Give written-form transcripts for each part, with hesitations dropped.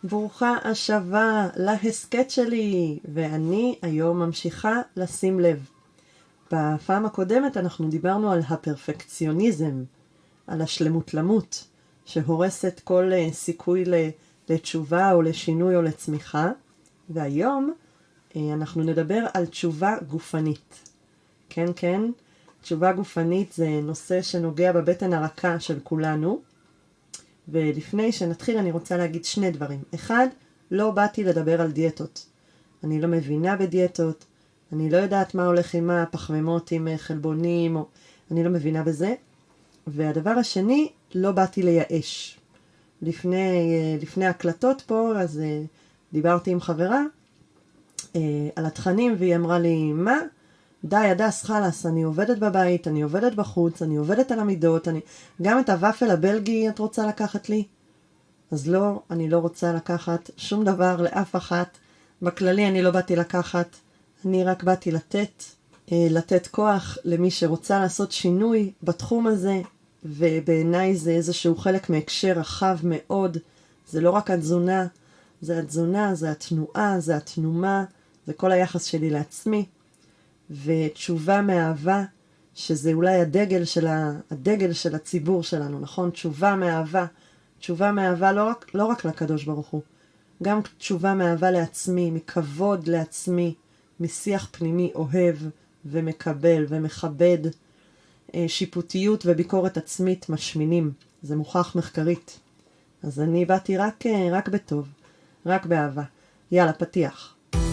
ברוכה השבה להסקט שלי, ואני היום ממשיכה לשים לב. בפעם הקודמת אנחנו דיברנו על הפרפקציוניזם, על השלמות למות, שהורסת כל סיכוי לתשובה או לשינוי או לצמיחה, והיום אנחנו נדבר על תשובה גופנית. כן, כן, תשובה גופנית זה נושא שנוגע בבטן הרכה של כולנו, ולפני שנתחיל אני רוצה להגיד שני דברים. אחד, לא באתי לדבר על דיאטות. אני לא מבינה בדיאטות, אני לא יודעת מה הולך עם הפחמימות עם חלבונים, אני לא מבינה בזה. והדבר השני, לא באתי לייאש. לפני הקלטות פה, אז דיברתי עם חברה על התכנים, והיא אמרה לי, מה? די, הדס, חלס, אני עובדת בבית, אני עובדת בחוץ, אני עובדת על המידות, גם את הוואפל הבלגי את רוצה לקחת לי? אז לא, אני לא רוצה לקחת שום דבר לאף אחת. בכללי אני לא באתי לקחת, אני רק באתי לתת כוח למי שרוצה לעשות שינוי בתחום הזה, ובעיניי זה איזשהו חלק מהקשר רחב מאוד. זה לא רק התזונה, זה התזונה, זה התנועה, זה התנומה, זה כל היחס שלי לעצמי. ותשובה מאהבה, שזה אולי הדגל של הציבור שלנו, נכון? תשובה מאהבה. תשובה מאהבה לא רק לקדוש ברוך הוא, גם תשובה מאהבה לעצמי, מכבוד לעצמי, משיח פנימי אוהב ומקבל ומכבד. שיפוטיות וביקורת עצמית משמינים, זה מוכח מחקרית. אז אני באתי רק בטוב, רק באהבה. יאללה, פתיח.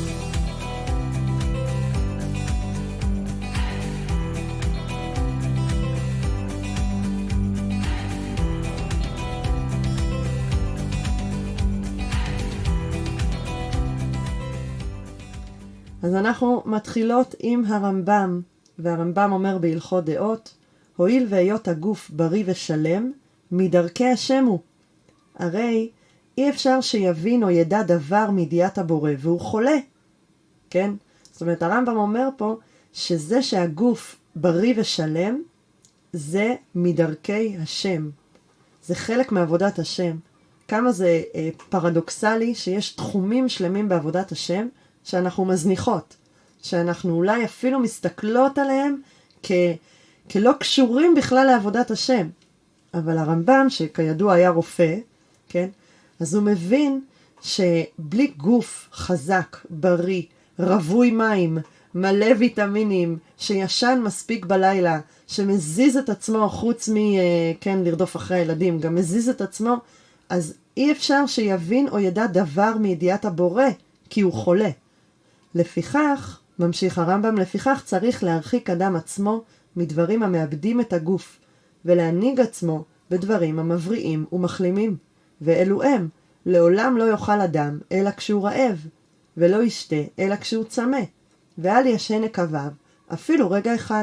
אז אנחנו מתחילות עם הרמב"ם, והרמב"ם אומר בהלכות דעות, הואיל והיות הגוף בריא ושלם, מדרכי השם הוא. הרי אי אפשר שיבין או ידע דבר מידיעת הבורא, והוא חולה. כן? זאת אומרת, הרמב"ם אומר פה, שזה שהגוף בריא ושלם, זה מדרכי השם. זה חלק מעבודת השם. כמה זה פרדוקסלי שיש תחומים שלמים בעבודת השם, שאנחנו מזניחות, שאנחנו אולי אפילו מסתכלות עליהם כלא קשורים בכלל לעבודת השם. אבל הרמב"ם, שכידוע היה רופא, כן? אז הוא מבין שבלי גוף חזק, בריא, רווי מים, מלא ויטמינים, שישן מספיק בלילה, שמזיז את עצמו חוץ לרדוף אחרי הילדים, גם מזיז את עצמו, אז אי אפשר שיבין או ידע דבר מידיעת הבורא, כי הוא חולה. לפיכך, ממשיך הרמב"ם, לפיכך צריך להרחיק אדם עצמו מדברים המאבדים את הגוף, ולהנהיג עצמו בדברים המבריאים ומחלימים. ואלו הם, לעולם לא יאכל אדם אלא כשהוא רעב, ולא ישתה אלא כשהוא צמא, ואל ישן נקביו אפילו רגע אחד.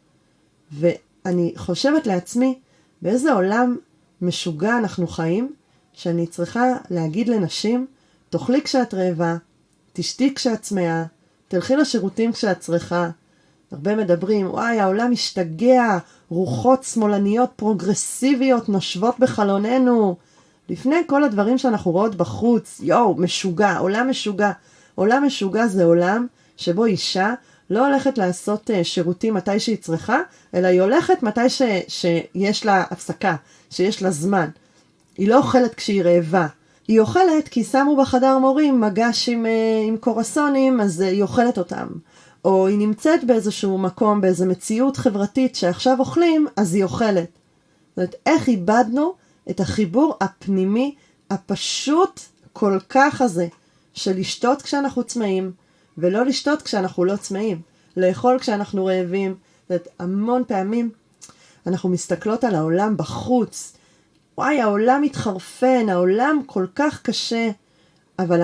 ואני חושבת לעצמי, באיזה עולם משוגע אנחנו חיים, שאני צריכה להגיד לנשים, תאכלי כשאת רעבה, תשתי כשאת צמאה, תלכי לשירותים כשאת צריכה. הרבה מדברים, וואי, העולם משתגע, רוחות שמאלניות פרוגרסיביות נושבות בחלוננו. לפני כל הדברים שאנחנו רואות בחוץ, משוגע, עולם משוגע. עולם משוגע זה עולם שבו אישה לא הולכת לעשות שירותים מתי שהיא צריכה, אלא היא הולכת מתי שיש לה הפסקה, שיש לה זמן. היא לא אוכלת כשהיא רעבה. היא אוכלת כי שמו בחדר מורים מגש עם קורסונים, אז היא אוכלת אותם. או היא נמצאת באיזשהו מקום, באיזו מציאות חברתית שעכשיו אוכלים, אז היא אוכלת. זאת אומרת, איך איבדנו את החיבור הפנימי, הפשוט כל כך הזה, של לשתות כשאנחנו צמאים, ולא לשתות כשאנחנו לא צמאים. לאכול כשאנחנו רעבים. זאת אומרת, המון פעמים אנחנו מסתכלות על העולם בחוץ, וואי, העולם מתחרפן, העולם כל כך קשה, אבל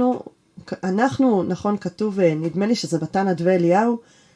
אנחנו, נכון, כתוב, נדמה לי שזה בתנא דבי אליהו,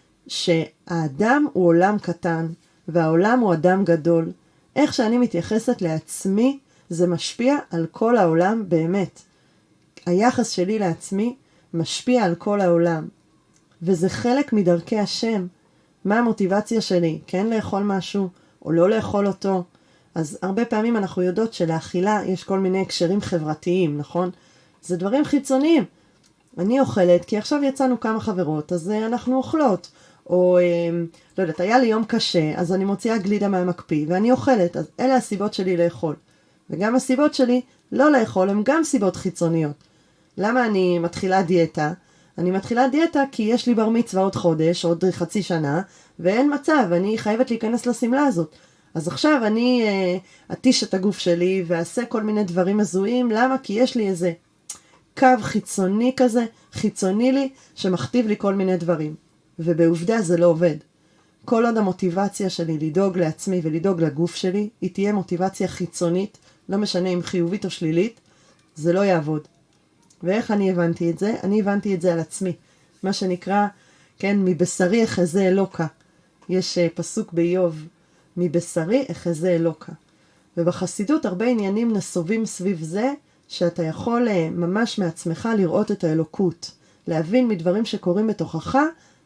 שהאדם הוא עולם קטן, והעולם הוא אדם גדול. איך שאני מתייחסת לעצמי, זה משפיע על כל העולם באמת. היחס שלי לעצמי משפיע על כל העולם, וזה חלק מדרכי השם. מה המוטיבציה שלי? כן לאכול משהו, או לא לאכול אותו? אז הרבה פעמים אנחנו יודעות שלאכילה יש כל מיני הקשרים חברתיים, נכון? זה דברים חיצוניים. אני אוכלת כי עכשיו יצאנו כמה חברות, אז אנחנו אוכלות. או, לא יודעת, היה לי יום קשה, אז אני מוציאה גלידה מהמקפיא, ואני אוכלת, אז אלה הסיבות שלי לאכול. וגם הסיבות שלי לא לאכול, הן גם סיבות חיצוניות. למה אני מתחילה דיאטה? אני מתחילה דיאטה כי יש לי בר מצווה עוד חודש, עוד חצי שנה, ואין מצב, אני חייבת להיכנס לסמלה הזאת. אז עכשיו אני אטיש את הגוף שלי, ואעשה כל מיני דברים מזוהים, למה? כי יש לי איזה קו חיצוני כזה, חיצוני לי, שמכתיב לי כל מיני דברים. ובעובדה זה לא עובד. כל עוד המוטיבציה שלי לדאוג לעצמי ולדאוג לגוף שלי, היא תהיה מוטיבציה חיצונית, לא משנה אם חיובית או שלילית, זה לא יעבוד. ואיך אני הבנתי את זה? אני הבנתי את זה על עצמי. מה שנקרא, כן, מבשרי אחזה אלוקה. יש פסוק באיוב, מבשרי אחזה אלוקה. ובחסידות הרבה עניינים נסובים סביב זה, שאתה יכול ממש מעצמך לראות את האלוקות. להבין מדברים שקורים בתוכך,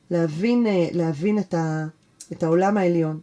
להבין את העולם העליון.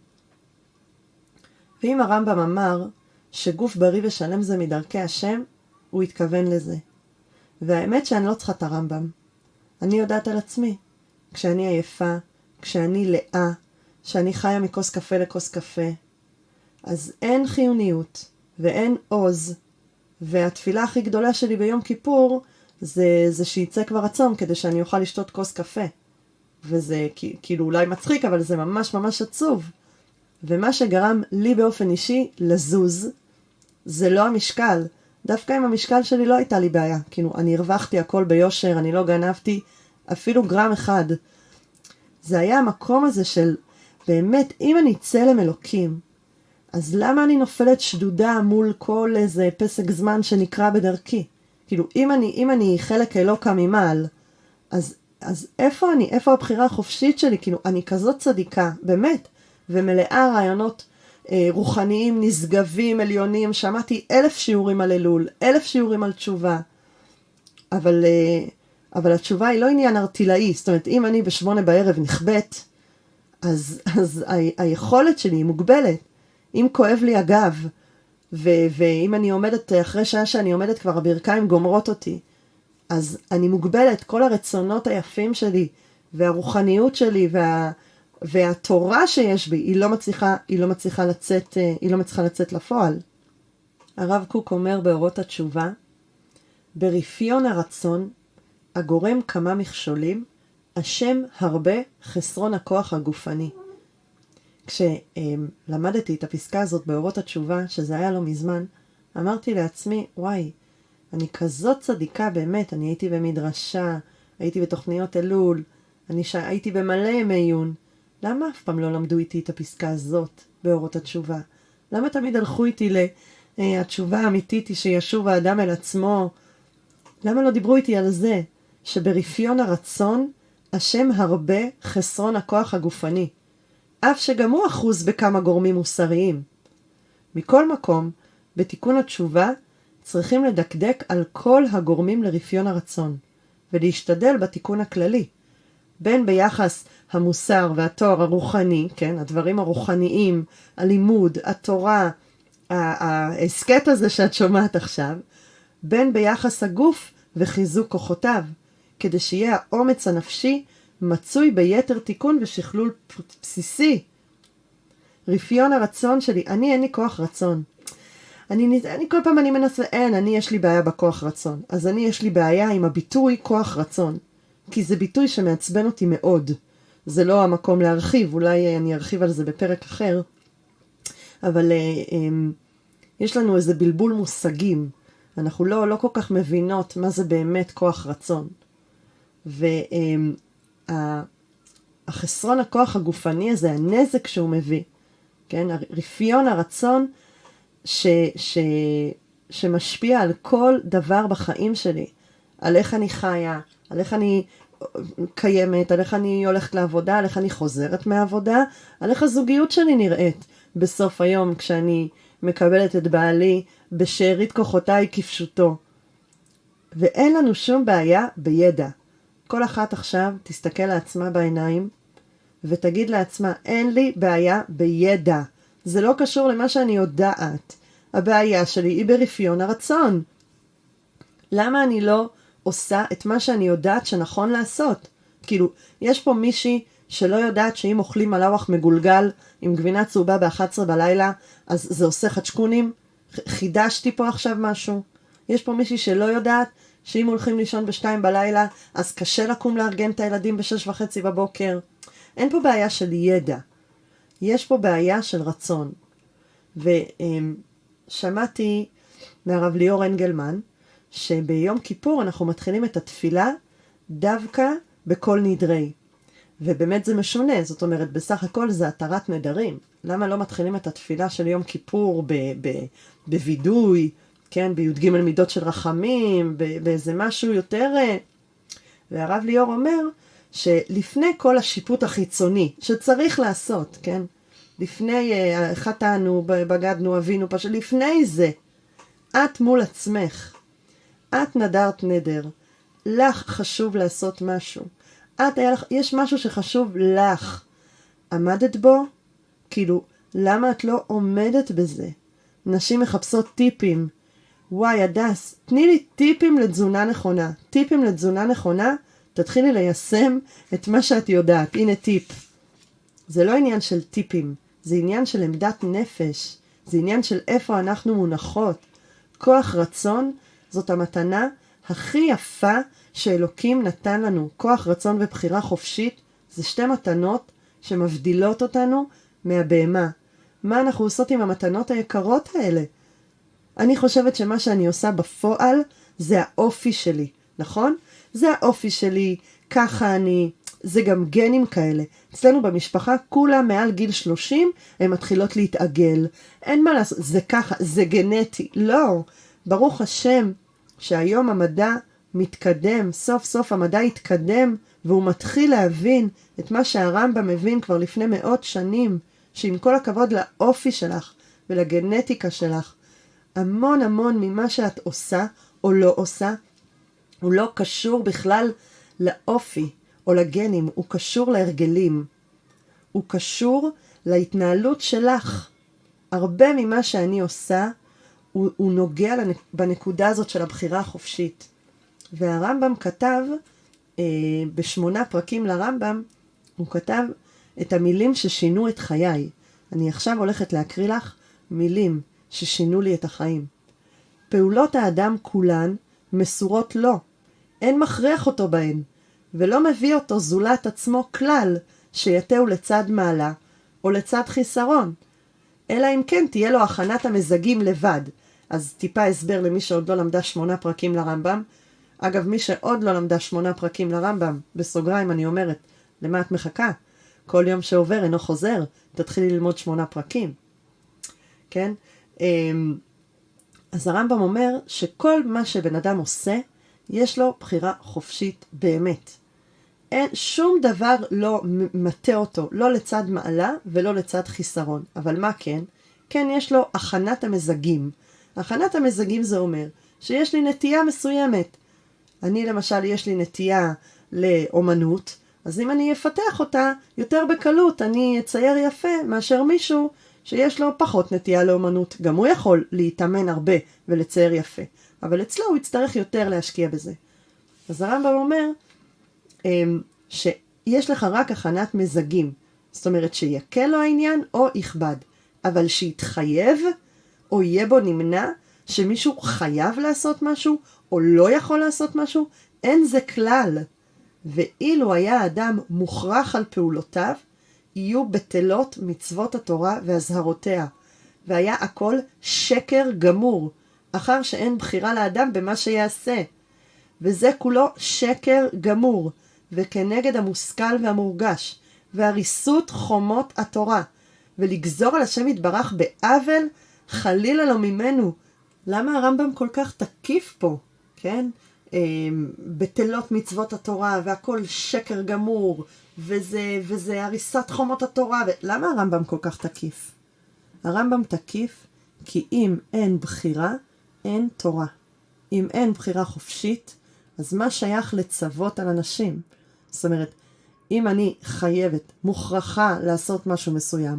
ואם הרמב"ם אמר שגוף בריא ושלם זה מדרכי השם, הוא התכוון לזה. והאמת שאני לא צריכה את הרמב"ם. אני יודעת על עצמי. כשאני עייפה, כשאני לאה, שאני חיה מכוס קפה לכוס קפה, אז אין חיוניות ואין עוז. והתפילה הכי גדולה שלי ביום כיפור זה שיצא כבר הצום כדי שאני אוכל לשתות כוס קפה. וזה כאילו אולי מצחיק, אבל זה ממש ממש עצוב. ומה שגרם לי באופן אישי לזוז, זה לא המשקל. דווקא עם המשקל שלי לא הייתה לי בעיה. כאילו, אני הרווחתי הכל ביושר, אני לא גנבתי אפילו גרם אחד. זה היה המקום הזה של, באמת, אם אני צלם אלוקים, אז למה אני נופלת שדודה מול כל איזה פסק זמן שנקרא בדרכי? כאילו, אם אני חלק אלוקה ממעל, אז איפה הבחירה החופשית שלי? כאילו, אני כזאת צדיקה, באמת, ומלאה רעיונות רוחניים, נשגבים, עליונים, שמעתי 1000 שיעורים על אלול, 1000 שיעורים על תשובה, אבל התשובה היא לא עניין ארטילאי, זאת אומרת, אם אני ב8 בערב נכבט, אז היכולת שלי היא מוגבלת. אם כואב לי הגב, ואם אני עומדת, אחרי שעה שאני עומדת כבר הברכיים גומרות אותי, אז אני מוגבלת, כל הרצונות היפים שלי, והרוחניות שלי, והתורה שיש בי, היא לא מצליחה לצאת לפועל. הרב קוק אומר באורות התשובה, ברפיון הרצון, הגורם כמה מכשולים, השם הרבה חסרון הכוח הגופני. כשלמדתי את הפסקה הזאת באורות התשובה, שזה היה לא מזמן, אמרתי לעצמי, וואי, אני כזאת צדיקה באמת, אני הייתי במדרשה, הייתי בתוכניות אלול, הייתי במלא ימי עיון. למה אף פעם לא למדו איתי את הפסקה הזאת באורות התשובה? למה תמיד הלכו איתי התשובה האמיתית היא שישוב האדם אל עצמו? למה לא דיברו איתי על זה? שברפיון הרצון, השם הרבה חסרון הכוח הגופני. אף שגם הוא אחוז בכמה גורמים מוסריים. מכל מקום, בתיקון התשובה, צריכים לדקדק על כל הגורמים לרפיון הרצון, ולהשתדל בתיקון הכללי. בין ביחס המוסר והתואר הרוחני, כן, הדברים הרוחניים, הלימוד, התורה, העסקת הזה שאת שומעת עכשיו, בין ביחס הגוף וחיזוק כוחותיו, כדי שיהיה האומץ הנפשי מצוי ביתר תיקון ושכלול בסיסי. רפיון הרצון שלי, אין לי כוח רצון. אני כל פעם אני מנסה, יש לי בעיה בכוח רצון. אז יש לי בעיה עם הביטוי כוח רצון. כי זה ביטוי שמעצבן אותי מאוד. זה לא המקום להרחיב, אולי אני ארחיב על זה בפרק אחר. אבל יש לנו איזה בלבול מושגים. אנחנו לא כל כך מבינות מה זה באמת כוח רצון. החסרון הכוח הגופני הזה, הנזק שהוא מביא, כן? רפיון הרצון שמשפיע על כל דבר בחיים שלי, על איך אני חיה, על איך אני קיימת, על איך אני הולכת לעבודה, על איך אני חוזרת מהעבודה, על איך הזוגיות שלי נראית בסוף היום כשאני מקבלת את בעלי בשארית כוחותיי כפשוטו. ואין לנו שום בעיה בידע. כל אחת עכשיו תסתכל לעצמה בעיניים ותגיד לעצמה, אין לי בעיה בידע. זה לא קשור למה שאני יודעת. הבעיה שלי היא ברפיון הרצון. למה אני לא עושה את מה שאני יודעת שנכון לעשות? כאילו, יש פה מישהי שלא יודעת שאם אוכלים מלאווח מגולגל עם גבינה צהובה ב-11 בלילה, אז זה עושה חדשקונים? חידשתי פה עכשיו משהו? יש פה מישהי שלא יודעת שאם הולכים לישון ב-2 בלילה, אז קשה לקום לארגן את הילדים ב-6:30 בבוקר. אין פה בעיה של ידע. יש פה בעיה של רצון. ושמעתי מהרב ליאור אנגלמן, שביום כיפור אנחנו מתחילים את התפילה דווקא בכל נדרי. ובאמת זה משונה, זאת אומרת, בסך הכל זה התרת נדרים. למה לא מתחילים את התפילה של יום כיפור בוידוי, כן, בי"ג מידות של רחמים, באיזה משהו יותר... והרב ליאור אומר שלפני כל השיפוט החיצוני שצריך לעשות, כן, לפני חטאנו, בגדנו, אבינו, פשוט לפני זה, את מול עצמך, את נדרת נדר, לך חשוב לעשות משהו, יש משהו שחשוב לך, עמדת בו? כאילו, למה את לא עומדת בזה? נשים מחפשות טיפים. וואי, הדס, תני לי טיפים לתזונה נכונה. טיפים לתזונה נכונה, תתחילי ליישם את מה שאת יודעת. הנה טיפ. זה לא עניין של טיפים, זה עניין של עמדת נפש. זה עניין של איפה אנחנו מונחות. כוח רצון זאת המתנה הכי יפה שאלוקים נתן לנו. כוח רצון ובחירה חופשית זה שתי מתנות שמבדילות אותנו מהבהמה. מה אנחנו עושות עם המתנות היקרות האלה? אני חושבת שמה שאני עושה בפועל זה האופי שלי, נכון? זה האופי שלי, ככה אני, זה גם גנים כאלה. אצלנו במשפחה כולם מעל גיל 30 הן מתחילות להתעגל. אין מה לעשות, זה ככה, זה גנטי. לא, ברוך השם שהיום המדע מתקדם, סוף סוף המדע התקדם, והוא מתחיל להבין את מה שהרמב"ם מבין כבר לפני מאות שנים, שעם כל הכבוד לאופי שלך ולגנטיקה שלך, המון המון ממה שאת עושה או לא עושה, הוא לא קשור בכלל לאופי או לגנים, הוא קשור להרגלים. הוא קשור להתנהלות שלך. הרבה ממה שאני עושה, הוא נוגע בנקודה הזאת של הבחירה החופשית. והרמב"ם כתב, ב8 פרקים לרמב"ם, הוא כתב את המילים ששינו את חיי. אני עכשיו הולכת להקריא לך מילים ששינו לי את החיים. פעולות האדם כולן מסורות לו. אין מכריח אותו בהן, ולא מביא אותו זולת עצמו כלל שיתהו לצד מעלה או לצד חיסרון. אלא אם כן תהיה לו הכנת המזגים לבד. אז טיפה הסבר למי שעוד לא למדה 8 פרקים לרמב"ם. אגב, מי שעוד לא למדה 8 פרקים לרמב"ם, בסוגריים אני אומרת, למה את מחכה? כל יום שעובר אינו חוזר, תתחילי ללמוד 8 פרקים. כן? אז הרמב"ם אומר שכל מה שבן אדם עושה, יש לו בחירה חופשית באמת. אין, שום דבר לא מטה אותו, לא לצד מעלה ולא לצד חיסרון. אבל מה כן? כן, יש לו הכנת המזגים. הכנת המזגים זה אומר שיש לי נטייה מסוימת. אני למשל, יש לי נטייה לאומנות, אז אם אני אפתח אותה יותר בקלות, אני אצייר יפה מאשר מישהו שיש לו פחות נטייה לאומנות. גם הוא יכול להתאמן הרבה ולצייר יפה, אבל אצלו הוא יצטרך יותר להשקיע בזה. אז הרמב"ם אומר שיש לך רק הכנת מזגים, זאת אומרת שיקל לו העניין או יכבד, אבל שיתחייב או יהיה בו נמנע שמישהו חייב לעשות משהו או לא יכול לעשות משהו, אין זה כלל. ואילו היה האדם מוכרח על פעולותיו, יהיו בטלות מצוות התורה והזהרותיה, והיה הכל שקר גמור, אחר שאין בחירה לאדם במה שיעשה. וזה כולו שקר גמור, וכנגד המושכל והמורגש, והריסות חומות התורה, ולגזור על השם יתברך בעוול, חלילה לו ממנו. למה הרמב"ם כל כך תקיף פה? כן? בטלות מצוות התורה, והכל שקר גמור, וזה הריסת חומות התורה. למה הרמב"ם כל כך תקיף? הרמב"ם תקיף כי אם אין בחירה, אין תורה. אם אין בחירה חופשית, אז מה שייך לצוות על אנשים? זאת אומרת, אם אני חייבת, מוכרחה לעשות משהו מסוים,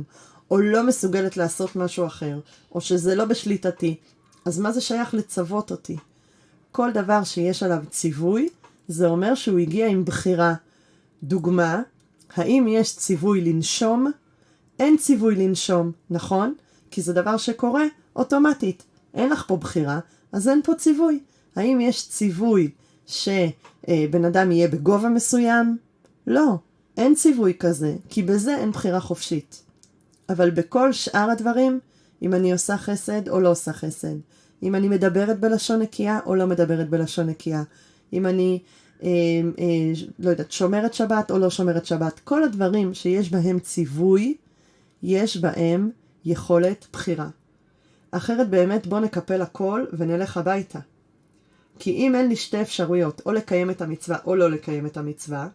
או לא מסוגלת לעשות משהו אחר, או שזה לא בשליטתי, אז מה זה שייך לצוות אותי? כל דבר שיש עליו ציווי, זה אומר שהוא הגיע עם בחירה. דוגמה, האם יש ציווי לנשום? אין ציווי לנשום, נכון? כי זה דבר שקורה אוטומטית. אין לך פה בחירה, אז אין פה ציווי. האם יש ציווי שבן אדם יהיה בגובה מסוים? לא, אין ציווי כזה, כי בזה אין בחירה חופשית. אבל בכל שאר הדברים, אם אני עושה חסד או לא עושה חסד, אם אני מדברת בלשון נקייה או לא מדברת בלשון נקייה, אם אני לא יודעת, שומרת שבת או לא שומרת שבת, כל הדברים שיש בהם ציווי, יש בהם יכולת בחירה. אחרת באמת בוא נקפל הכל ונלך הביתה. כי אם אין לי שתי אפשרויות, או לקיים את המצווה או לא לקיים את המצווה,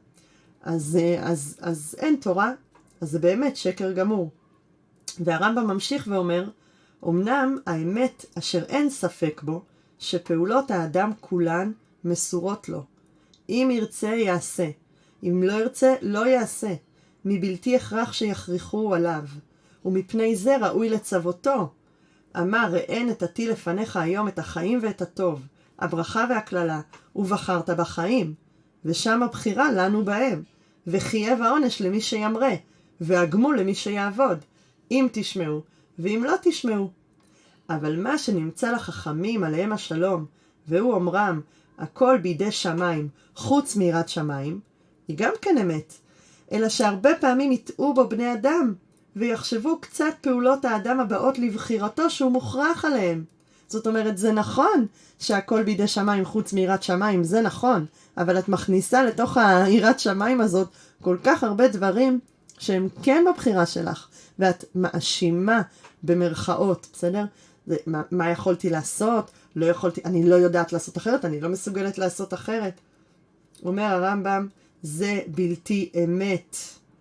אז אין תורה, אז זה באמת שקר גמור. והרמב"ם ממשיך ואומר, אמנם האמת אשר אין ספק בו, שפעולות האדם כולן מסורות לו. אם ירצה יעשה, אם לא ירצה לא יעשה, מבלתי הכרח שיכריחו עליו, ומפני זה ראוי לצוותו. אמר ראה נתתי לפניך היום את החיים ואת הטוב, הברכה והכללה, ובחרת בחיים, ושם הבחירה לנו בהם, וחייב העונש למי שימרה, והגמול למי שיעבוד, אם תשמעו, ואם לא תשמעו. אבל מה שנמצא לחכמים עליהם השלום, והוא אומרם, הכל בידי שמיים, חוץ מיראת שמיים, היא גם כן אמת. אלא שהרבה פעמים יטעו בו בני אדם, ויחשבו קצת פעולות האדם הבאות לבחירתו שהוא מוכרח עליהם. זאת אומרת, זה נכון שהכל בידי שמיים חוץ מיראת שמיים, זה נכון, אבל את מכניסה לתוך היראת שמיים הזאת כל כך הרבה דברים שהם כן בבחירה שלך, ואת מאשימה במרכאות, בסדר? מה יכולתי לעשות? לא יכולתי, אני לא יודעת לעשות אחרת, אני לא מסוגלת לעשות אחרת. אומר הרמב"ם, זה בלתי אמת.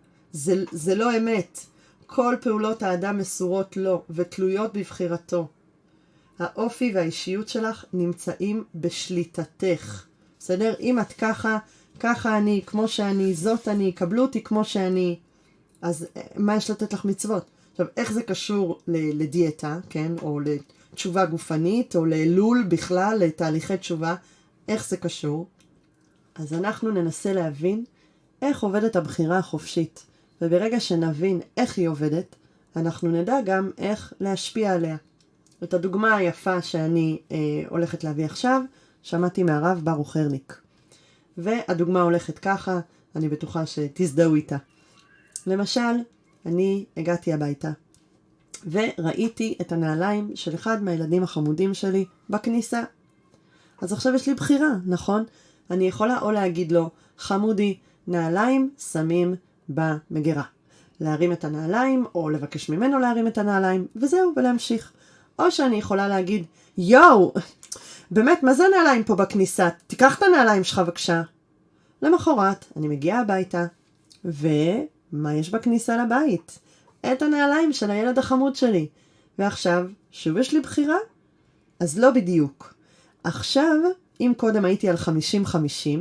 זה לא אמת. כל פעולות האדם מסורות לו ותלויות בבחירתו. האופי והאישיות שלך נמצאים בשליטתך. בסדר? אם את ככה אני, כמו שאני, זאת אני, קבלו אותי כמו שאני, אז מה יש לתת לך מצוות? עכשיו, איך זה קשור לדיאטה, כן? או לתשובה גופנית, או לאלול בכלל, לתהליכי תשובה? איך זה קשור? אז אנחנו ננסה להבין איך עובדת הבחירה החופשית. וברגע שנבין איך היא עובדת, אנחנו נדע גם איך להשפיע עליה. את הדוגמה היפה שאני הולכת להביא עכשיו, שמעתי מהרב ברוך הרניק. והדוגמה הולכת ככה, אני בטוחה שתזדהו איתה. למשל, אני הגעתי הביתה, וראיתי את הנעליים של אחד מהילדים החמודים שלי בכניסה. אז עכשיו יש לי בחירה, נכון? אני יכולה או להגיד לו, חמודי, נעליים שמים במגירה. להרים את הנעליים, או לבקש ממנו להרים את הנעליים, וזהו, ולהמשיך. או שאני יכולה להגיד, יואו, באמת, מה זה הנעליים פה בכניסה? תיקח את הנעליים שלך בבקשה. למחרת, אני מגיעה הביתה, ומה יש בכניסה לבית? את הנעליים של הילד החמוד שלי. ועכשיו, שוב יש לי בחירה? אז לא בדיוק. עכשיו, אם קודם הייתי על 50-50,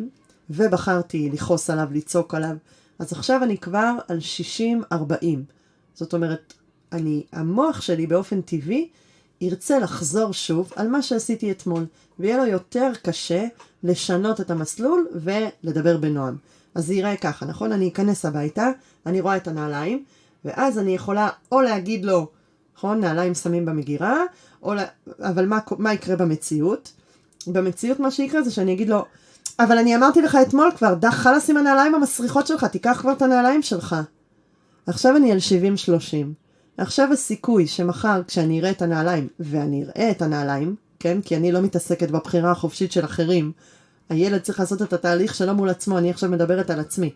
ובחרתי לחוס עליו, לצעוק עליו, אז עכשיו אני כבר על 60-40. זאת אומרת, המוח שלי באופן טבעי ירצה לחזור שוב על מה שעשיתי אתמול, ויהיה לו יותר קשה לשנות את המסלול ולדבר בנועם. אז זה ייראה ככה, נכון? אני אכנס הביתה, אני רואה את הנעליים, ואז אני יכולה או להגיד לו, נכון, נעליים שמים במגירה, אבל מה יקרה במציאות? במציאות מה שיקרה זה שאני אגיד לו, אבל אני אמרתי לך אתמול כבר, דח חלס עם הנעליים המסריחות שלך, תיקח כבר את הנעליים שלך. עכשיו אני על 70-30. עכשיו הסיכוי שמחר כשאני אראה את הנעליים, ואני אראה את הנעליים, כן? כי אני לא מתעסקת בבחירה החופשית של אחרים. הילד צריך לעשות את התהליך שלו מול עצמו, אני עכשיו מדברת על עצמי.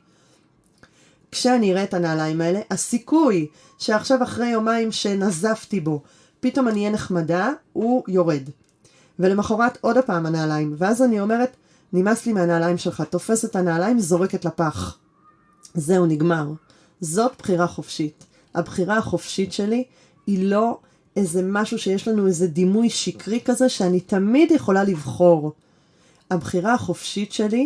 כשאני אראה את הנעליים האלה, הסיכוי שעכשיו אחרי יומיים שנזפתי בו, פתאום אני אהיה נחמדה, הוא יורד. ולמחרת עוד הפעם הנעליים, ואז אני אומרת, נמאס לי מהנעליים שלך, תופס את הנעליים, זורקת לפח. זהו, נגמר. זאת בחירה חופשית. הבחירה החופשית שלי היא לא איזה משהו שיש לנו איזה דימוי שקרי כזה שאני תמיד יכולה לבחור. הבחירה החופשית שלי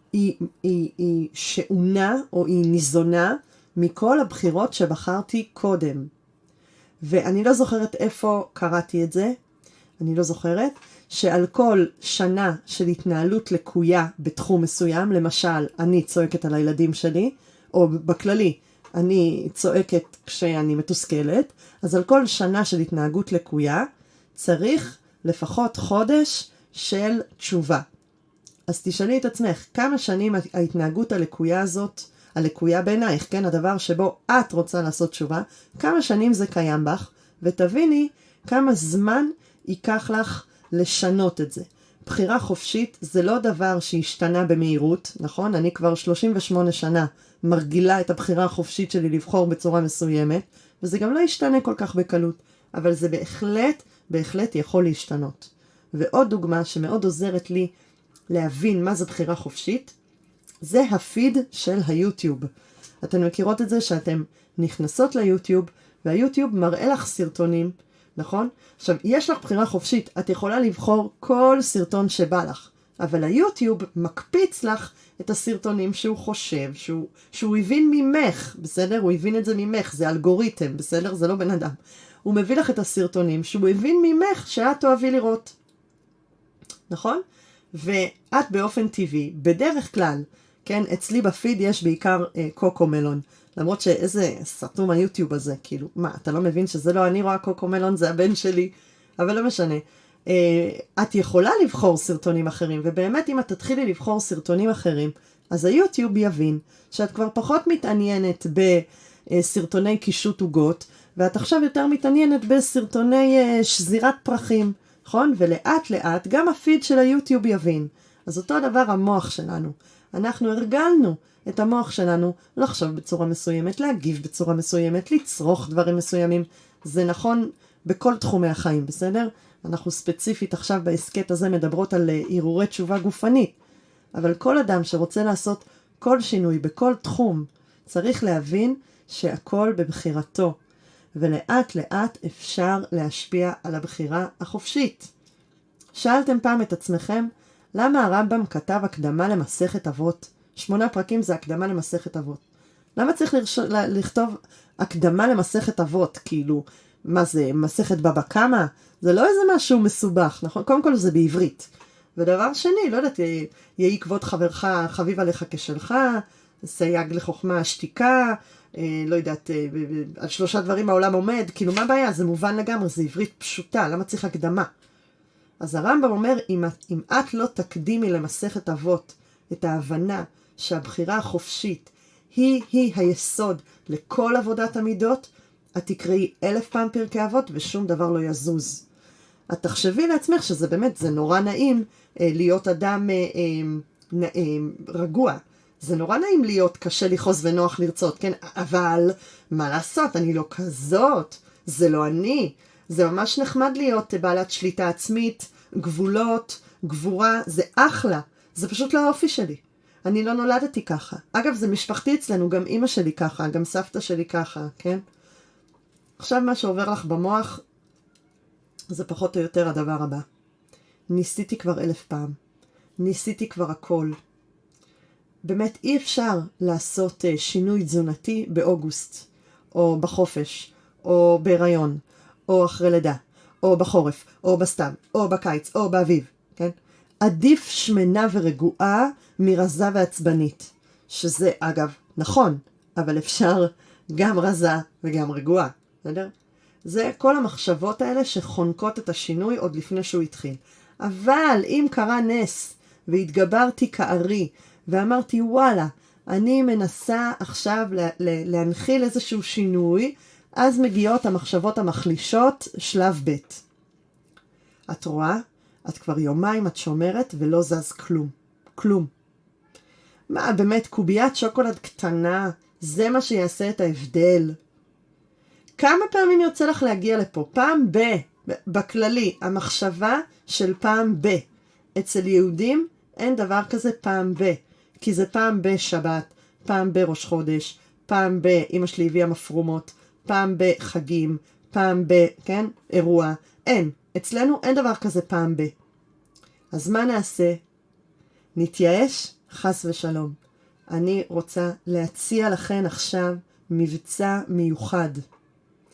היא שעונה או היא ניזונה מכל הבחירות שבחרתי קודם. ואני לא זוכרת איפה קראתי את זה, אני לא זוכרת, שעל כל שנה של התנהלות לקויה בתחום מסוים, למשל, אני צועקת על הילדים שלי, או בכללי, אני צועקת כשאני מתוסכלת, אז על כל שנה של התנהגות לקויה, צריך לפחות חודש של תשובה. אז תשאלי את עצמך, כמה שנים ההתנהגות הלקויה הזאת, הלקויה בעינייך, כן, הדבר שבו את רוצה לעשות תשובה, כמה שנים זה קיים בך, ותביני כמה זמן ייקח לך לשנות את זה. בחירה חופשית זה לא דבר שהשתנה במהירות, נכון? אני כבר 38 שנה מרגילה את הבחירה החופשית שלי לבחור בצורה מסוימת, וזה גם לא ישתנה כל כך בקלות, אבל זה בהחלט יכול להשתנות. ועוד דוגמה שמאוד עוזרת לי להבין מה זה בחירה חופשית, זה הפיד של היוטיוב. אתן מכירות את זה שאתן נכנסות ליוטיוב, והיוטיוב מראה לך סרטונים, נכון? עכשיו, יש לך בחירה חופשית, את יכולה לבחור כל סרטון שבא לך, אבל היוטיוב מקפיץ לך את הסרטונים שהוא חושב, שהוא הבין ממך, בסדר? הוא הבין את זה ממך, זה אלגוריתם, בסדר? זה לא בן אדם. הוא מביא לך את הסרטונים שהוא הבין ממך שאת אוהבי לראות. נכון? ואת באופן טבעי, בדרך כלל, כן, אצלי בפיד יש בעיקר קוקו מלון. למרות שאיזה סרטום היוטיוב הזה, כאילו, מה, אתה לא מבין שזה לא אני רואה קוקו מלון, זה הבן שלי, אבל לא משנה. את יכולה לבחור סרטונים אחרים, ובאמת אם את תתחילי לבחור סרטונים אחרים, אז היוטיוב יבין שאת כבר פחות מתעניינת בסרטוני קישוט עוגות, ואת עכשיו יותר מתעניינת בסרטוני שזירת פרחים, נכון? ולאט לאט גם הפיד של היוטיוב יבין. אז אותו דבר המוח שלנו. אנחנו הרגלנו את המוח שלנו לחשוב בצורה מסוימת, להגיב בצורה מסוימת, לצרוך דברים מסוימים. זה נכון בכל תחומי החיים, בסדר? אנחנו ספציפית עכשיו בעסקת הזה מדברות על ערעורי תשובה גופנית. אבל כל אדם שרוצה לעשות כל שינוי בכל תחום, צריך להבין שהכל בבחירתו. ולאט לאט אפשר להשפיע על הבחירה החופשית. שאלתם פעם את עצמכם, למה הרמב"ם כתב הקדמה למסכת אבות? 8 פרקים זה הקדמה למסכת אבות. למה צריך לכתוב הקדמה למסכת אבות? כאילו, מה זה, מסכת בבא קמא? זה לא איזה משהו מסובך, נכון? קודם כל זה בעברית. ודבר שני, לא יודעת, יהי כבוד חברך חביב עליך כשלך, סייג לחוכמה השתיקה, לא יודעת, על 3 דברים העולם עומד, כאילו מה הבעיה? זה מובן לגמרי, זה עברית פשוטה, למה צריך הקדמה? אז הרמב"ם אומר, אם את לא תקדימי למסכת אבות את ההבנה שהבחירה החופשית היא היסוד לכל עבודת המידות, את תקראי 1000 פעם פרקי אבות ושום דבר לא יזוז. את תחשבי לעצמך שזה באמת, זה נורא נעים להיות אדם רגוע. זה נורא נעים להיות קשה לכעוס ונוח לרצות, כן? אבל מה לעשות? אני לא כזאת. זה לא אני. זה ממש נחמד להיות בעלת שליטה עצמית, גבולות, גבורה. זה אחלה. זה פשוט לא האופי שלי. אני לא נולדתי ככה. אגב, זה משפחתי אצלנו, גם אמא שלי ככה, גם סבתא שלי ככה, כן? עכשיו מה שעובר לך במוח, זה פחות או יותר הדבר הבא. ניסיתי כבר 1000 פעם. ניסיתי כבר הכל. באמת אי אפשר לעשות שינוי תזונתי באוגוסט, או בחופש, או בהיריון, או אחרי לידה, או בחורף, או בסתיו, או בקיץ, או באביב, כן? עדיף שמנה ורגועה מרזה ועצבנית, שזה אגב נכון, אבל אפשר גם רזה וגם רגועה, בסדר? זה כל המחשבות האלה שחונקות את השינוי עוד לפני שהוא התחיל. אבל אם קרה נס והתגברתי כארי, ואמרתי, וואלה, אני מנסה עכשיו להנחיל איזשהו שינוי, אז מגיעות המחשבות המחלישות, שלב ב'. את רואה? את כבר יומיים את שומרת ולא זז כלום. כלום. מה, באמת, קוביית שוקולד קטנה, זה מה שיעשה את ההבדל. כמה פעמים יוצא לך להגיע לפה? פעם בכללי, המחשבה של פעם אצל יהודים אין דבר כזה פעם כי זה פעם בשבת, פעם בראש חודש, פעם אמא שלי הביאה מפרומות, פעם בחגים, פעם כן, אירוע. אין. אצלנו אין דבר כזה פעם אז מה נעשה? נתייאש? חס ושלום. אני רוצה להציע לכן עכשיו מבצע מיוחד.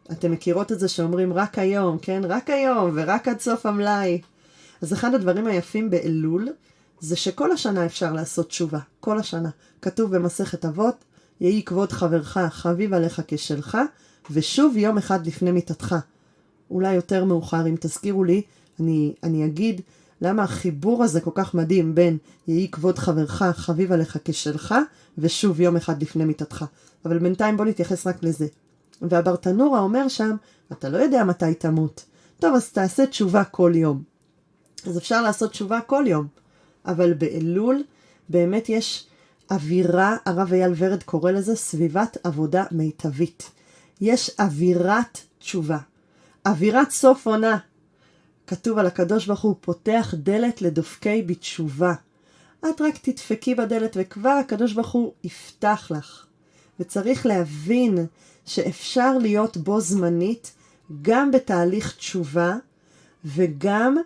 אתם מכירות את זה שאומרים רק היום, כן? רק היום ורק עד סוף המלאי. אז אחד הדברים היפים באלול זה שכל השנה אפשר לעשות תשובה. כל השנה. כתוב במסכת אבות, יהי כבוד חברך חביב עליך כשלך, ושוב יום אחד לפני מיתתך. אולי יותר מאוחר, אם תזכירו לי, אני אגיד למה החיבור הזה כל כך מדהים בין יהי כבוד חברך חביב עליך כשלך, ושוב יום אחד לפני מיתתך. אבל בינתיים בוא נתייחס רק לזה. והברטנורה אומר שם, אתה לא יודע מתי תמות. טוב, אז תעשה תשובה כל יום. אז אפשר לעשות תשובה כל יום. אבל באלול באמת יש אווירה, הרב אייל ורד קורא לזה סביבת עבודה מיטבית. יש אווירת תשובה. אווירת סוף עונה. כתוב על הקדוש ברוך הוא פותח דלת לדופקי בתשובה. את רק תדפקי בדלת וכבר הקדוש ברוך הוא יפתח לך. וצריך להבין שאפשר להיות בו זמנית גם בתהליך תשובה וגם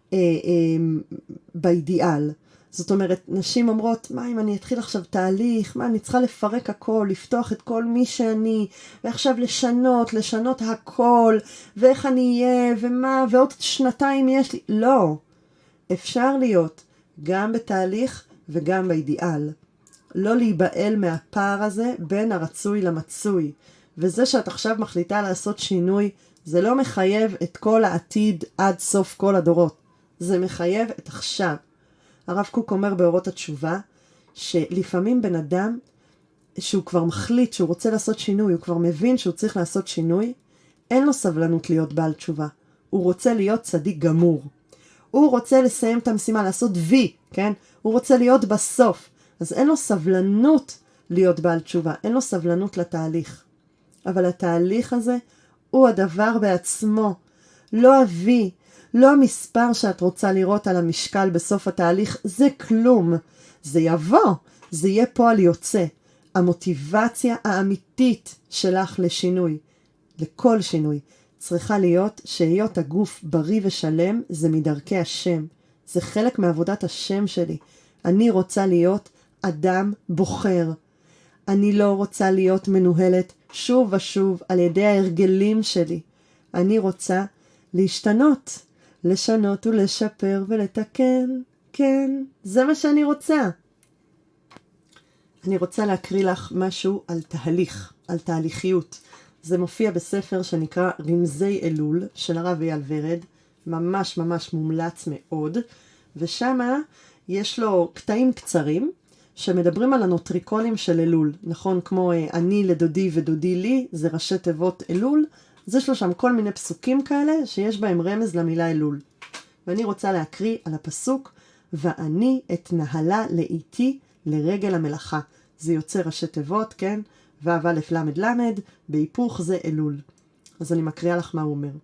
באידיאל. זאת אומרת, נשים אומרות, מה אם אני אתחיל עכשיו תהליך, מה אני צריכה לפרק הכל, לפתוח את כל מי שאני, ועכשיו לשנות הכל, ואיך אני אהיה, ומה, ועוד שנתיים יש לי. לא, אפשר להיות גם בתהליך וגם באידיאל. לא להיבעל מהפער הזה בין הרצוי למצוי. וזה שאת עכשיו מחליטה לעשות שינוי, זה לא מחייב את כל העתיד עד סוף כל הדורות. זה מחייב את עכשיו. הרב קוק אומר באורות התשובה, שלפעמים בן אדם שהוא כבר מחליט שהוא רוצה לעשות שינוי, הוא כבר מבין שהוא צריך לעשות שינוי, אין לו סבלנות להיות בעל תשובה. הוא רוצה להיות צדיק גמור. הוא רוצה לסיים את המשימה, לעשות וי, כן? הוא רוצה להיות בסוף. אז אין לו סבלנות להיות בעל תשובה, אין לו סבלנות לתהליך. אבל התהליך הזה הוא הדבר בעצמו. לא אבי, לא המספר שאת רוצה לראות על המשקל בסוף התהליך, זה כלום. זה יבוא, זה יהיה פועל יוצא. המוטיבציה האמיתית שלך לשינוי, לכל שינוי, צריכה להיות שהיות הגוף בריא ושלם, זה מדרכי השם. זה חלק מעבודת השם שלי. אני רוצה להיות אדם בוחר. אני לא רוצה להיות מנוהלת שוב ושוב על ידי ההרגלים שלי. אני רוצה להשתנות, לשנות ולשפר ולתקן. כן, זה מה שאני רוצה. אני רוצה להקריא לך משהו על תהליך, על תהליכיות. זה מופיע בספר שנקרא רמזי אלול של הרב אייל ורד, ממש ממש מומלץ מאוד, ושמה יש לו קטעים קצרים שמדברים על הנוטריקונים של אלול, נכון? כמו אני לדודי ודודי לי, זה ראשי תיבות אלול, אז יש לו שם כל מיני פסוקים כאלה שיש בהם רמז למילה אלול. ואני רוצה להקריא על הפסוק, ואני אתנהלה לאיתי לרגל המלאכה. זה יוצא ראשי תיבות, כן? וא' למד למד, בהיפוך זה אלול. אז אני מקריאה לך מה הוא אומר.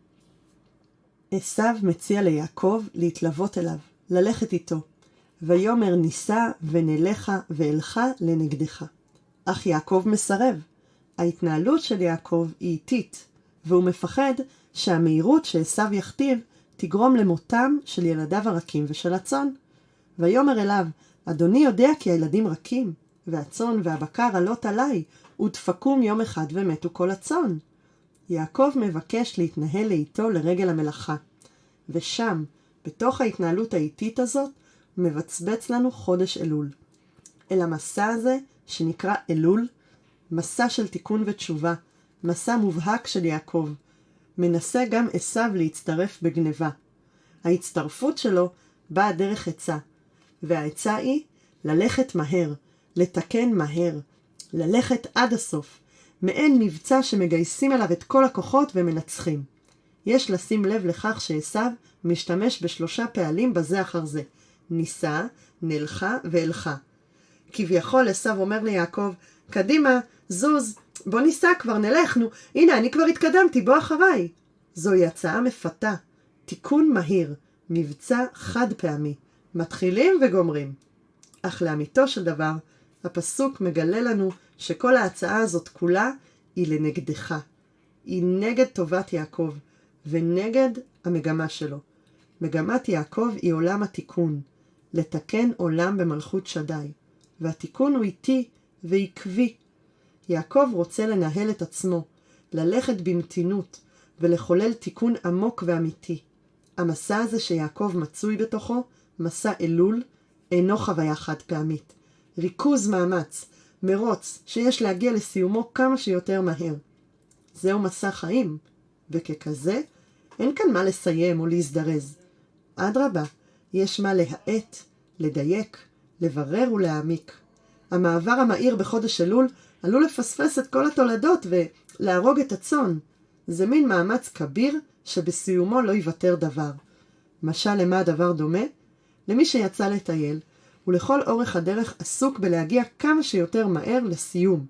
עשיו מציע ליעקב להתלוות אליו, ללכת איתו. ויאמר ניסע ונלך ואלך לנגדך. אך יעקב מסרב. ההתנהלות של יעקב היא איטית, והוא מפחד שהמהירות שעשיו יכתיב תגרום למותם של ילדיו הרכים ושל הצאן. ויאמר אליו, אדוני יודע כי הילדים רכים, והצאן והבקר עלות עליי, ודפקום יום אחד ומתו כל הצאן. יעקב מבקש להתנהל לאיתו לרגל המלאכה. ושם, בתוך ההתנהלות האיטית הזאת, מבצבץ לנו חודש אלול. אל המסע הזה, שנקרא אלול, מסע של תיקון ותשובה, מסע מובהק של יעקב. מנסה גם עשיו להצטרף בגניבה. ההצטרפות שלו באה דרך עצה, והעצה היא ללכת מהר, לתקן מהר, ללכת עד הסוף, מעין מבצע שמגייסים אליו את כל הכוחות ומנצחים. יש לשים לב לכך שעשיו משתמש בשלושה פעלים בזה אחר זה, ניסה, נלכה ואלכה. כביכול עשיו אומר ליעקב, קדימה, זוז, בוא ניסע כבר, נלך, נו, הנה אני כבר התקדמתי, בוא אחריי. זוהי הצעה מפתה, תיקון מהיר, מבצע חד פעמי, מתחילים וגומרים. אך לאמיתו של דבר, הפסוק מגלה לנו שכל ההצעה הזאת כולה היא לנגדך. היא נגד טובת יעקב, ונגד המגמה שלו. מגמת יעקב היא עולם התיקון, לתקן עולם במלכות שדי. והתיקון הוא איטי ועקבי. יעקב רוצה לנהל את עצמו, ללכת במתינות ולחולל תיקון עמוק ואמיתי. המסע הזה שיעקב מצוי בתוכו, מסע אלול, אינו חוויה חד פעמית. ריכוז מאמץ, מרוץ שיש להגיע לסיומו כמה שיותר מהר. זהו מסע חיים, וככזה אין כאן מה לסיים או להזדרז. אדרבה, יש מה להאט, לדייק, לברר ולהעמיק. המעבר המהיר בחודש אלול עלול לפספס את כל התולדות ולהרוג את הצאן. זה מין מאמץ כביר שבסיומו לא יוותר דבר. משל למה הדבר דומה? למי שיצא לטייל, ולכל אורך הדרך עסוק בלהגיע כמה שיותר מהר לסיום.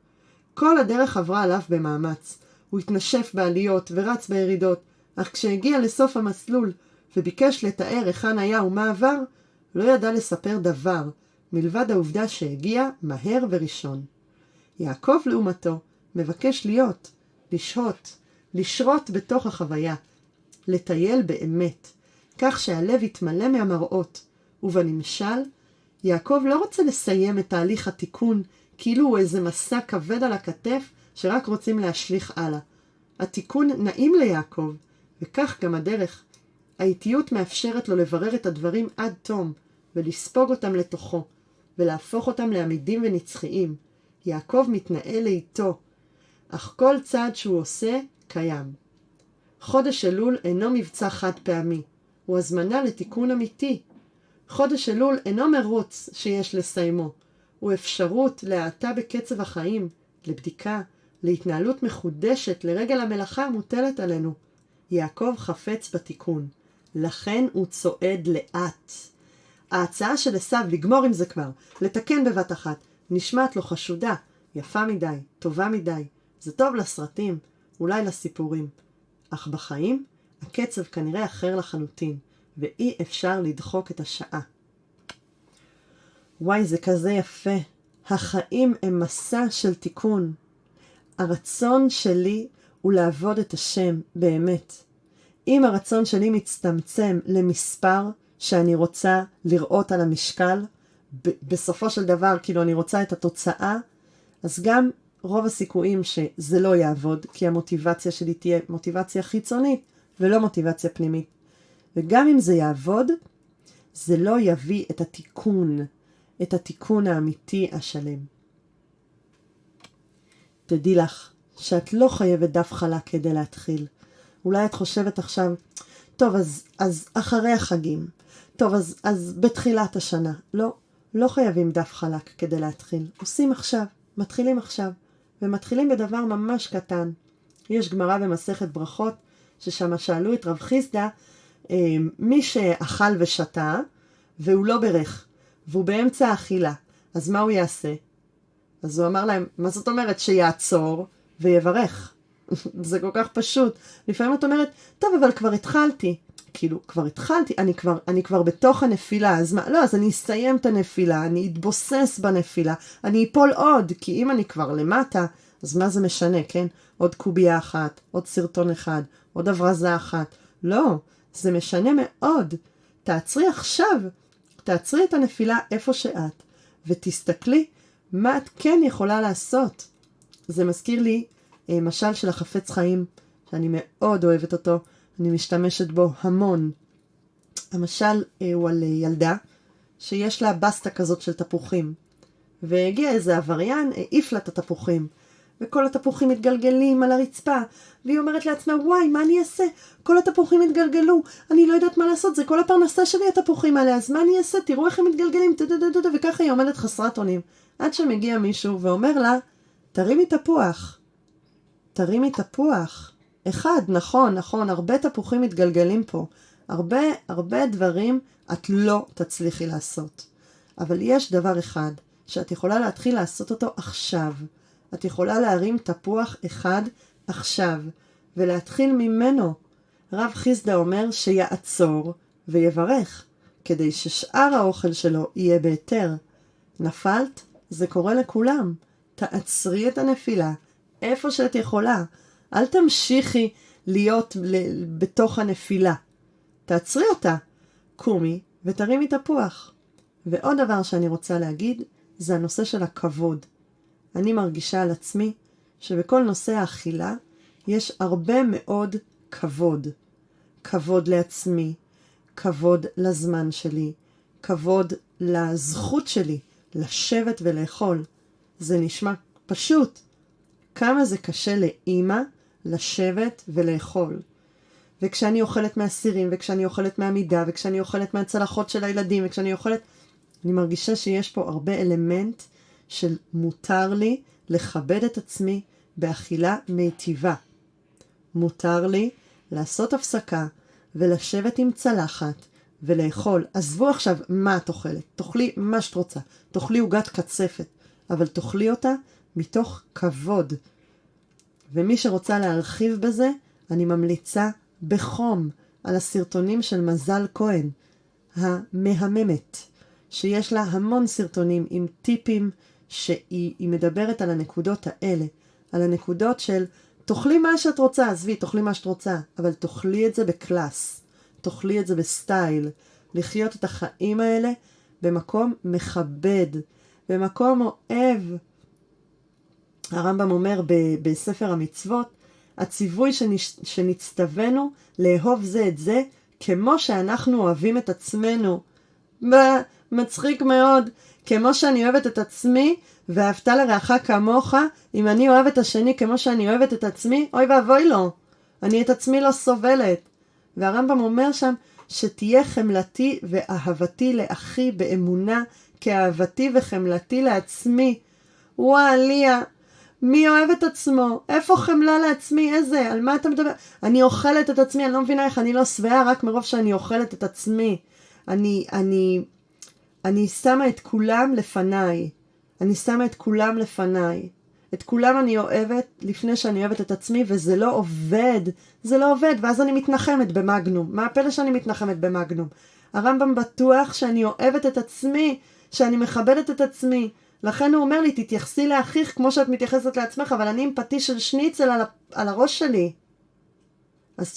כל הדרך עברה עליו במאמץ. הוא התנשף בעליות ורץ בירידות, אך כשהגיע לסוף המסלול וביקש לתאר היכן היה ומה עבר, לא ידע לספר דבר, מלבד העובדה שהגיע מהר וראשון. יעקב לעומתו מבקש להיות, לשהות, לשרות בתוך החוויה, לטייל באמת, כך שהלב יתמלא מהמראות, ובנמשל, יעקב לא רוצה לסיים את תהליך התיקון, כאילו הוא איזה מסע כבד על הכתף שרק רוצים להשליך הלאה. התיקון נעים ליעקב, וכך גם הדרך. האיטיות מאפשרת לו לברר את הדברים עד תום, ולספוג אותם לתוכו, ולהפוך אותם לעמידים ונצחיים. יעקב מתנהל לאיתו, אך כל צעד שהוא עושה קיים. חודש אלול אינו מבצע חד פעמי, הוא הזמנה לתיקון אמיתי. חודש אלול אינו מרוץ שיש לסיימו, הוא אפשרות להאטה בקצב החיים, לבדיקה, להתנהלות מחודשת לרגל המלאכה המוטלת עלינו. יעקב חפץ בתיקון, לכן הוא צועד לאט. ההצעה של עשיו לגמור עם זה כבר, לתקן בבת אחת, נשמעת לו חשודה, יפה מדי, טובה מדי. זה טוב לסרטים, אולי לסיפורים. אך בחיים, הקצב כנראה אחר לחלוטין, ואי אפשר לדחוק את השעה. וואי, זה כזה יפה. החיים הם מסע של תיקון. הרצון שלי הוא לעבוד את השם באמת. אם הרצון שלי מצטמצם למספר שאני רוצה לראות על המשקל, בסופו של דבר, כאילו אני רוצה את התוצאה, אז גם רוב הסיכויים שזה לא יעבוד, כי המוטיבציה שלי תהיה מוטיבציה חיצונית ולא מוטיבציה פנימית. וגם אם זה יעבוד, זה לא יביא את התיקון האמיתי השלם. תדעי לך שאת לא חייבת דף חלק כדי להתחיל. אולי את חושבת עכשיו, טוב, אז אחרי החגים. טוב, אז בתחילת השנה. לא חייבים דף חלק כדי להתחיל. עושים עכשיו, מתחילים עכשיו. ומתחילים בדבר ממש קטן. יש גמרא במסכת ברכות, ששם שאלו את רב חיסדא, מי שאכל ושתה, והוא לא ברך, והוא באמצע האכילה, אז מה הוא יעשה? אז הוא אמר להם, מה זאת אומרת? שיעצור ויברך. זה כל כך פשוט. לפעמים את אומרת, טוב, אבל כבר התחלתי. כאילו, כבר התחלתי, אני כבר בתוך הנפילה, אז מה? לא, אז אני אסיים את הנפילה, אני אתבוסס בנפילה, אני אפול עוד, כי אם אני כבר למטה, אז מה זה משנה, כן? עוד קוביה אחת, עוד סרטון אחד, עוד הברזה אחת. לא, זה משנה מאוד. תעצרי עכשיו, תעצרי את הנפילה איפה שאת, ותסתכלי מה את כן יכולה לעשות. זה מזכיר לי משל של החפץ חיים, שאני מאוד אוהבת אותו, אני משתמשת בו המון. המשל הוא על ילדה שיש לה בסטה כזאת של תפוחים. והגיע איזה עבריין, העיף לה את התפוחים. וכל התפוחים מתגלגלים על הרצפה. והיא אומרת לעצמה, וואי, מה אני אעשה? כל התפוחים מתגלגלו. אני לא יודעת מה לעשות, זה כל הפרנסה שלי התפוחים האלה. אז מה אני אעשה? תראו איך הם מתגלגלים. וככה היא עומדת חסרת אונים. עד שמגיע מישהו ואומר לה, תרימי תפוח. תרימי תפוח. אחד, נכון, הרבה תפוחים מתגלגלים פה. הרבה דברים את לא תצליחי לעשות. אבל יש דבר אחד שאת יכולה להתחיל לעשות אותו עכשיו. את יכולה להרים תפוח אחד עכשיו, ולהתחיל ממנו. רב חיסדא אומר שיעצור ויברך, כדי ששאר האוכל שלו יהיה בהיתר. נפלת? זה קורה לכולם. תעצרי את הנפילה, איפה שאת יכולה. אל תמשיכי להיות בתוך הנפילה. תעצרי אותה. קומי ותרימי תפוח. ועוד דבר שאני רוצה להגיד, זה הנושא של הכבוד. אני מרגישה על עצמי שבכל נושא האכילה, יש הרבה מאוד כבוד. כבוד לעצמי, כבוד לזמן שלי, כבוד לזכות שלי לשבת ולאכול. זה נשמע פשוט. כמה זה קשה לאמא לשבת ולאכול. וכשאני אוכלת מהסירים, וכשאני אוכלת מהמידה, וכשאני אוכלת מהצלחות של הילדים, וכשאני אוכלת, אני מרגישה שיש פה הרבה אלמנט של מותר לי לכבד את עצמי באכילה מיטיבה. מותר לי לעשות הפסקה ולשבת עם צלחת ולאכול. עזבו עכשיו מה את אוכלת. תאכלי מה שאת רוצה. תאכלי עוגת קצפת. אבל תאכלי אותה מתוך כבוד. ומי שרוצה להרחיב בזה, אני ממליצה בחום על הסרטונים של מזל כהן, המהממת, שיש לה המון סרטונים עם טיפים שהיא מדברת על הנקודות האלה, על הנקודות של תאכלי מה שאת רוצה, עזבי, תאכלי מה שאת רוצה, אבל תאכלי את זה בקלאס, תאכלי את זה בסטייל, לחיות את החיים האלה במקום מכבד, במקום אוהב. הרמב"ם אומר בספר המצוות, הציווי שנצטווינו לאהוב זה את זה, כמו שאנחנו אוהבים את עצמנו. מצחיק מאוד. כמו שאני אוהבת את עצמי, ואהבת לרעך כמוך, אם אני אוהבת את השני כמו שאני אוהבת את עצמי, אוי ואבוי לו. אני את עצמי לא סובלת. והרמב"ם אומר שם, שתהיה חמלתי ואהבתי לאחי באמונה, כאהבתי וחמלתי לעצמי. וואליה, מי אוהב את עצמו? איפה חמלה לעצמי? איזה? על מה אתה מדבר? אני אוכלת את עצמי, אני לא מבינה איך אני לא שבעה רק מרוב שאני אוכלת את עצמי. אני שמה את כולם לפניי. אני שמה את כולם לפניי. את כולם אני אוהבת לפני שאני אוהבת את עצמי, וזה לא עובד. זה לא עובד, ואז אני מתנחמת במגנום. מה הפלא שאני מתנחמת במגנום? הרמב"ם בטוח שאני אוהבת את עצמי, שאני מכבדת את עצמי. לכן הוא אומר לי, תתייחסי לאחיך כמו שאת מתייחסת לעצמך, אבל אני עם פטיש של שניצל על הראש שלי. אז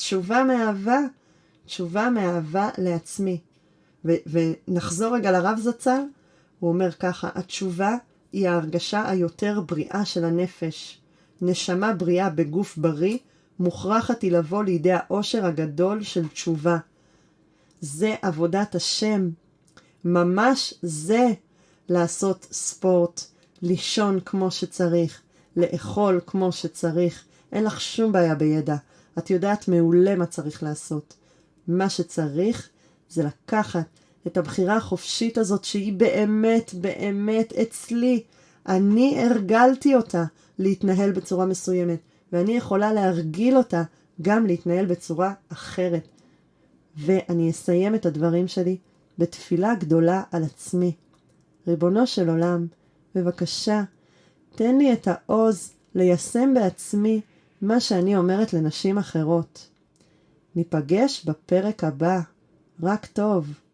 תשובה מאהבה לעצמי. ונחזור רגע לרב זצ"ל, הוא אומר ככה, התשובה היא ההרגשה היותר בריאה של הנפש. נשמה בריאה בגוף בריא, מוכרחת היא לבוא לידי העושר הגדול של תשובה. זה עבודת השם. ממש זה לעשות ספורט, לישון כמו שצריך, לאכול כמו שצריך. אין לך שום בעיה בידע. את יודעת מעולה מה צריך לעשות. מה שצריך זה לקחת את הבחירה החופשית הזאת שהיא באמת באמת אצלי. אני הרגלתי אותה להתנהל בצורה מסוימת, ואני יכולה להרגיל אותה גם להתנהל בצורה אחרת. ואני אסיים את הדברים שלי בתפילה גדולה על עצמי. ריבונו של עולם, בבקשה, תן לי את העוז ליישם בעצמי מה שאני אומרת לנשים אחרות. ניפגש בפרק הבא. רק טוב.